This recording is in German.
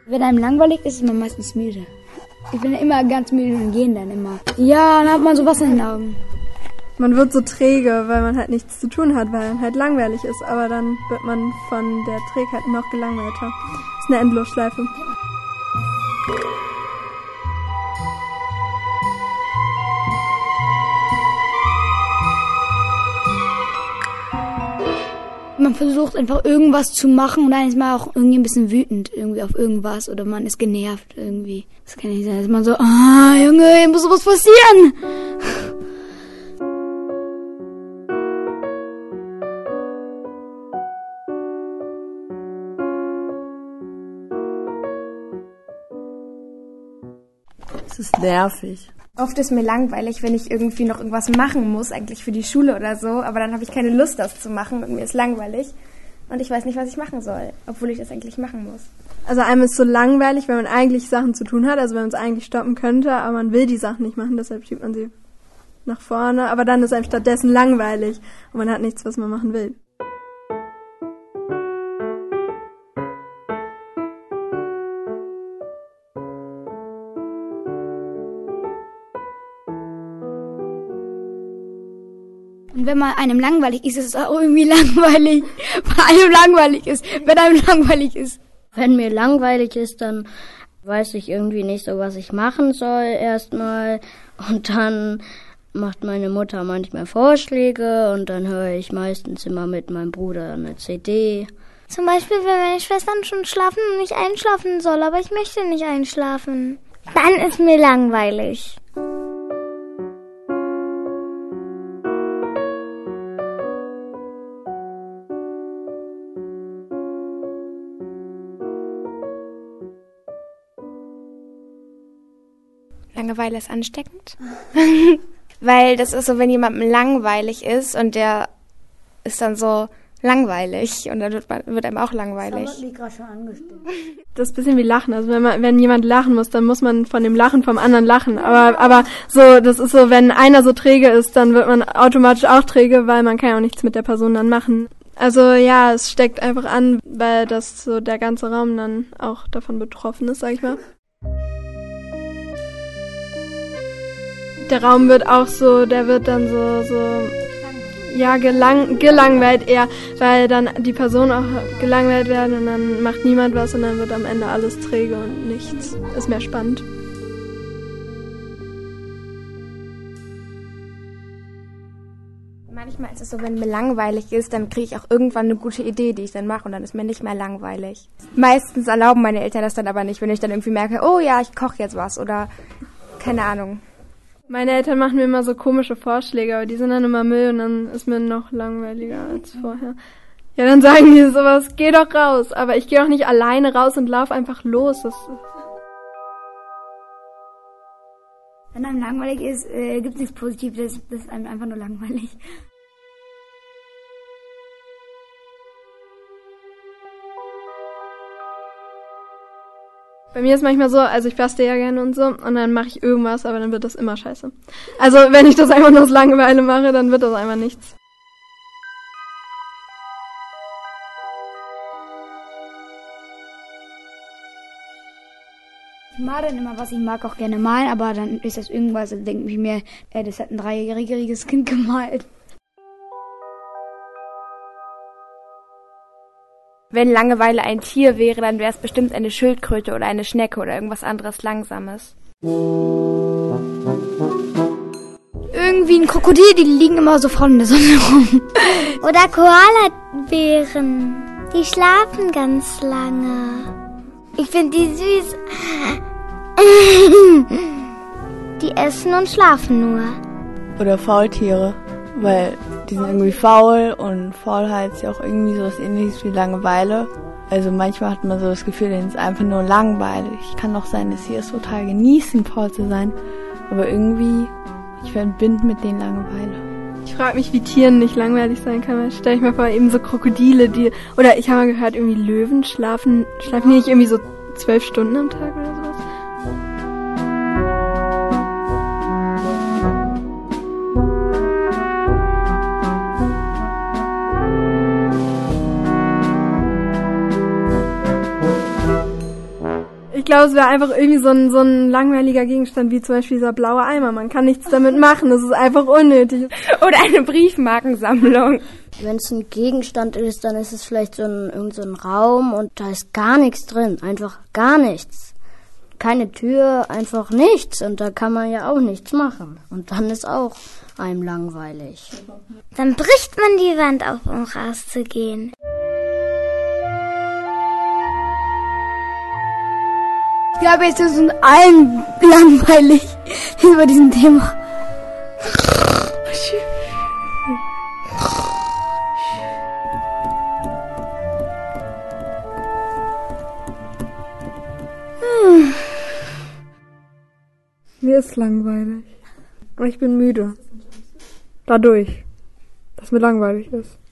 Wenn einem langweilig ist, ist man meistens müde. Ich bin immer ganz müde und gehe dann immer. Ja, dann hat man so Wasser in den Augen. Man wird so träge, weil man halt nichts zu tun hat, weil man halt langweilig ist. Aber dann wird man von der Trägheit noch gelangweilter. Das ist eine Endlosschleife. Man versucht einfach irgendwas zu machen und dann ist man auch irgendwie ein bisschen wütend irgendwie auf irgendwas oder man ist genervt irgendwie. Das kann nicht sein, dass man so, Junge, hier muss sowas passieren. Es ist nervig. Oft ist mir langweilig, wenn ich irgendwie noch irgendwas machen muss, eigentlich für die Schule oder so, aber dann habe ich keine Lust, das zu machen und mir ist langweilig und ich weiß nicht, was ich machen soll, obwohl ich das eigentlich machen muss. Also einem ist so langweilig, wenn man eigentlich Sachen zu tun hat, also wenn man es eigentlich stoppen könnte, aber man will die Sachen nicht machen, deshalb schiebt man sie nach vorne, aber dann ist einem stattdessen langweilig und man hat nichts, was man machen will. Und wenn man einem langweilig ist, ist es auch irgendwie langweilig. Wenn einem langweilig ist. Wenn mir langweilig ist, dann weiß ich irgendwie nicht so, was ich machen soll erstmal. Und dann macht meine Mutter manchmal Vorschläge und dann höre ich meistens immer mit meinem Bruder eine CD. Zum Beispiel, wenn meine Schwestern schon schlafen und ich einschlafen soll, aber ich möchte nicht einschlafen. Dann ist mir langweilig. Langeweile ist ansteckend. Weil das ist so, wenn jemandem langweilig ist und der ist dann so langweilig und dann wird einem auch langweilig. Das hat mich gerade schon angesteckt. Das ist ein bisschen wie Lachen. Also wenn jemand lachen muss, dann muss man von dem Lachen vom anderen lachen. Aber so, das ist so, wenn einer so träge ist, dann wird man automatisch auch träge, weil man kann ja auch nichts mit der Person dann machen. Also ja, es steckt einfach an, weil das so der ganze Raum dann auch davon betroffen ist, sag ich mal. Der Raum wird auch so, der wird dann so ja, gelangweilt eher, weil dann die Personen auch gelangweilt werden und dann macht niemand was und dann wird am Ende alles träge und nichts ist mehr spannend. Manchmal ist es so, wenn mir langweilig ist, dann kriege ich auch irgendwann eine gute Idee, die ich dann mache und dann ist mir nicht mehr langweilig. Meistens erlauben meine Eltern das dann aber nicht, wenn ich dann irgendwie merke, oh ja, ich koche jetzt was oder keine Ahnung. Meine Eltern machen mir immer so komische Vorschläge, aber die sind dann immer Müll und dann ist mir noch langweiliger als vorher. Ja, dann sagen die sowas, geh doch raus. Aber ich gehe auch nicht alleine raus und laufe einfach los. Wenn einem langweilig ist, gibt es nichts Positives, das ist einem einfach nur langweilig. Bei mir ist manchmal so, also ich faste ja gerne und so und dann mache ich irgendwas, aber dann wird das immer scheiße. Also wenn ich das einfach nur aus Langeweile mache, dann wird das einfach nichts. Ich male dann immer was, ich mag auch gerne malen, aber dann ist das irgendwas, dann denke ich mir, das hat ein 3-jähriges Kind gemalt. Wenn Langeweile ein Tier wäre, dann wäre es bestimmt eine Schildkröte oder eine Schnecke oder irgendwas anderes Langsames. Irgendwie ein Krokodil, die liegen immer so vorne in der Sonne rum. Oder Koalabären. Die schlafen ganz lange. Ich finde die süß. Die essen und schlafen nur. Oder Faultiere, weil die sind irgendwie faul und Faulheit ist ja auch irgendwie so was Ähnliches wie Langeweile. Also manchmal hat man so das Gefühl, denen ist einfach nur langweilig. Kann auch sein, dass sie es total genießen, faul zu sein. Aber irgendwie, ich verbinde mit denen Langeweile. Ich frage mich, wie Tieren nicht langweilig sein kann. Weil stell ich mir vor, eben so Krokodile, oder ich habe mal gehört, irgendwie Löwen schlafen die nicht irgendwie so 12 Stunden am Tag oder sowas? glaube, es wäre einfach irgendwie so ein langweiliger Gegenstand, wie zum Beispiel dieser blaue Eimer. Man kann nichts damit machen, das ist einfach unnötig. Oder eine Briefmarkensammlung. Wenn es ein Gegenstand ist, dann ist es vielleicht irgend so ein Raum und da ist gar nichts drin. Einfach gar nichts. Keine Tür, einfach nichts. Und da kann man ja auch nichts machen. Und dann ist auch einem langweilig. Dann bricht man die Wand auf, um rauszugehen. Ich glaube, jetzt ist uns allen langweilig über diesem Thema. Mir ist langweilig. Und ich bin müde. Dadurch, dass mir langweilig ist.